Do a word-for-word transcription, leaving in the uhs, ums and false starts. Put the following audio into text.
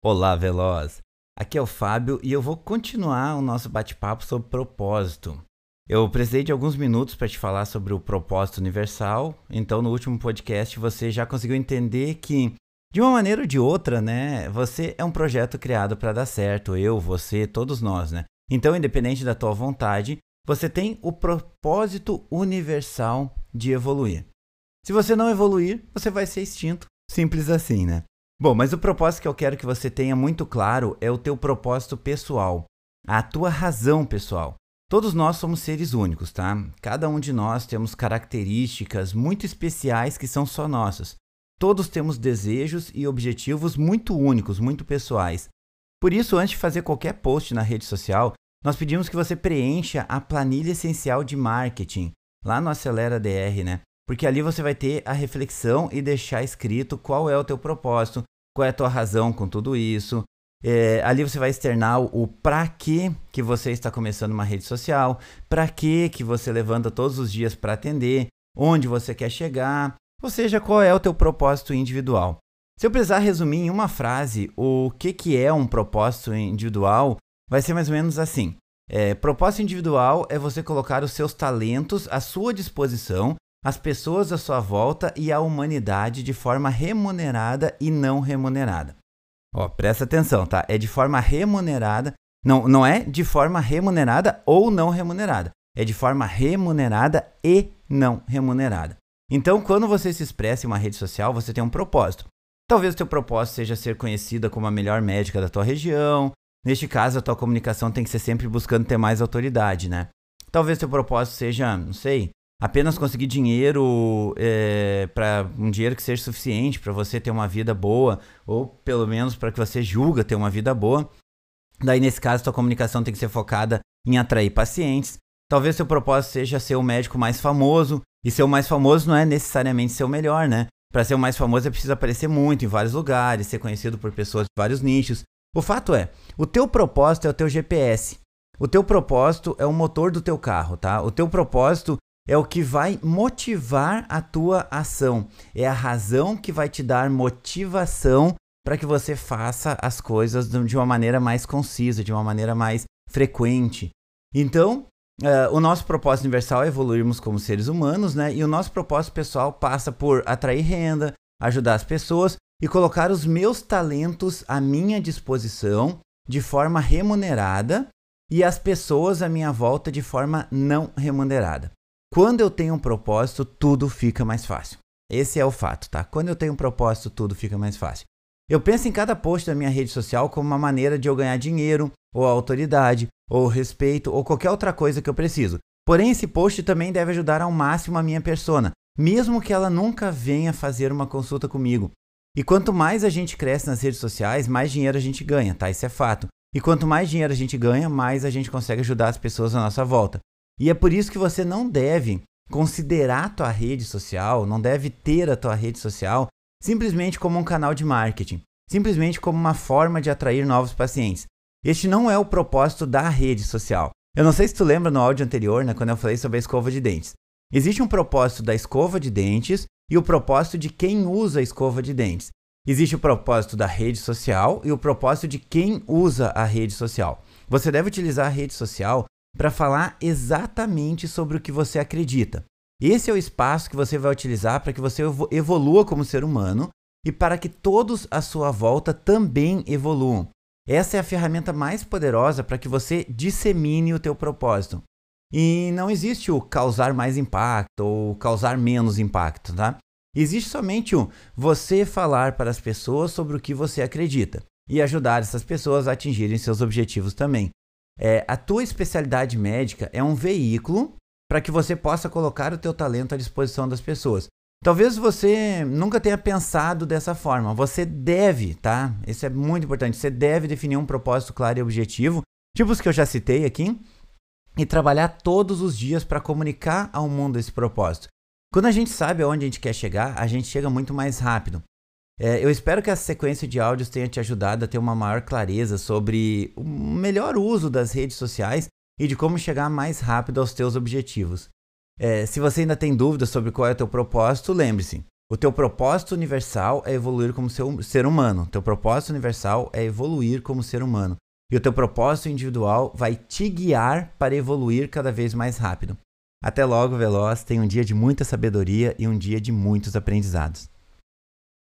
Olá, Veloz! Aqui é o Fábio e eu vou continuar o nosso bate-papo sobre propósito. Eu precisei de alguns minutos para te falar sobre o propósito universal, então no último podcast você já conseguiu entender que, de uma maneira ou de outra, né, você é um projeto criado para dar certo, eu, você, todos nós, né? Então, independente da tua vontade, você tem o propósito universal de evoluir. Se você não evoluir, você vai ser extinto. Simples assim, né? Bom, mas o propósito que eu quero que você tenha muito claro é o teu propósito pessoal, a tua razão pessoal. Todos nós somos seres únicos, tá? Cada um de nós temos características muito especiais que são só nossas. Todos temos desejos e objetivos muito únicos, muito pessoais. Por isso, antes de fazer qualquer post na rede social, nós pedimos que você preencha a planilha essencial de marketing, lá no Acelera D R, né? Porque ali você vai ter a reflexão e deixar escrito qual é o teu propósito, qual é a tua razão com tudo isso. É, ali você vai externar o para que que você está começando uma rede social, para que que você levanta todos os dias para atender, onde você quer chegar, ou seja, qual é o teu propósito individual. Se eu precisar resumir em uma frase o que, que é um propósito individual, vai ser mais ou menos assim. É, propósito individual é você colocar os seus talentos à sua disposição, as pessoas à sua volta e a humanidade de forma remunerada e não remunerada. Ó, presta atenção, tá? É de forma remunerada, não, não é de forma remunerada ou não remunerada. É de forma remunerada e não remunerada. Então, quando você se expressa em uma rede social, você tem um propósito. Talvez o teu propósito seja ser conhecida como a melhor médica da tua região. Neste caso, a tua comunicação tem que ser sempre buscando ter mais autoridade, né? Talvez o teu propósito seja, não sei, apenas conseguir dinheiro, é, para um dinheiro que seja suficiente para você ter uma vida boa, ou pelo menos para que você julga ter uma vida boa. Daí, nesse caso, tua comunicação tem que ser focada em atrair pacientes. Talvez seu propósito seja ser o médico mais famoso, e ser o mais famoso não é necessariamente ser o melhor, né? Para ser o mais famoso é preciso aparecer muito em vários lugares, ser conhecido por pessoas de vários nichos. O fato é, o teu propósito é o teu G P S. O teu propósito é o motor do teu carro, tá? O teu propósito é o que vai motivar a tua ação. É a razão que vai te dar motivação para que você faça as coisas de uma maneira mais concisa, de uma maneira mais frequente. Então, uh, o nosso propósito universal é evoluirmos como seres humanos, né? E o nosso propósito pessoal passa por atrair renda, ajudar as pessoas e colocar os meus talentos à minha disposição de forma remunerada e as pessoas à minha volta de forma não remunerada. Quando eu tenho um propósito, tudo fica mais fácil. Esse é o fato, tá? Quando eu tenho um propósito, tudo fica mais fácil. Eu penso em cada post da minha rede social como uma maneira de eu ganhar dinheiro, ou autoridade, ou respeito, ou qualquer outra coisa que eu preciso. Porém, esse post também deve ajudar ao máximo a minha persona, mesmo que ela nunca venha fazer uma consulta comigo. E quanto mais a gente cresce nas redes sociais, mais dinheiro a gente ganha, tá? Isso é fato. E quanto mais dinheiro a gente ganha, mais a gente consegue ajudar as pessoas à nossa volta. E é por isso que você não deve considerar a tua rede social, não deve ter a tua rede social simplesmente como um canal de marketing, simplesmente como uma forma de atrair novos pacientes. Este não é o propósito da rede social. Eu não sei se tu lembra no áudio anterior, né, quando eu falei sobre a escova de dentes. Existe um propósito da escova de dentes e o propósito de quem usa a escova de dentes. Existe o propósito da rede social e o propósito de quem usa a rede social. Você deve utilizar a rede social para falar exatamente sobre o que você acredita. Esse é o espaço que você vai utilizar para que você evolua como ser humano e para que todos à sua volta também evoluam. Essa é a ferramenta mais poderosa para que você dissemine o teu propósito. E não existe o causar mais impacto ou causar menos impacto, tá? Existe somente o você falar para as pessoas sobre o que você acredita e ajudar essas pessoas a atingirem seus objetivos também. É, a tua especialidade médica é um veículo para que você possa colocar o teu talento à disposição das pessoas. Talvez você nunca tenha pensado dessa forma. Você deve, tá? Isso é muito importante. Você deve definir um propósito claro e objetivo, tipo os que eu já citei aqui, e trabalhar todos os dias para comunicar ao mundo esse propósito. Quando a gente sabe aonde a gente quer chegar, a gente chega muito mais rápido. É, eu espero que essa sequência de áudios tenha te ajudado a ter uma maior clareza sobre o melhor uso das redes sociais e de como chegar mais rápido aos teus objetivos. É, se você ainda tem dúvidas sobre qual é o teu propósito, lembre-se, O teu propósito universal é evoluir como ser humano. O teu propósito universal é evoluir como ser humano. E o teu propósito individual vai te guiar para evoluir cada vez mais rápido. Até logo, Veloz. Tenha um dia de muita sabedoria e um dia de muitos aprendizados.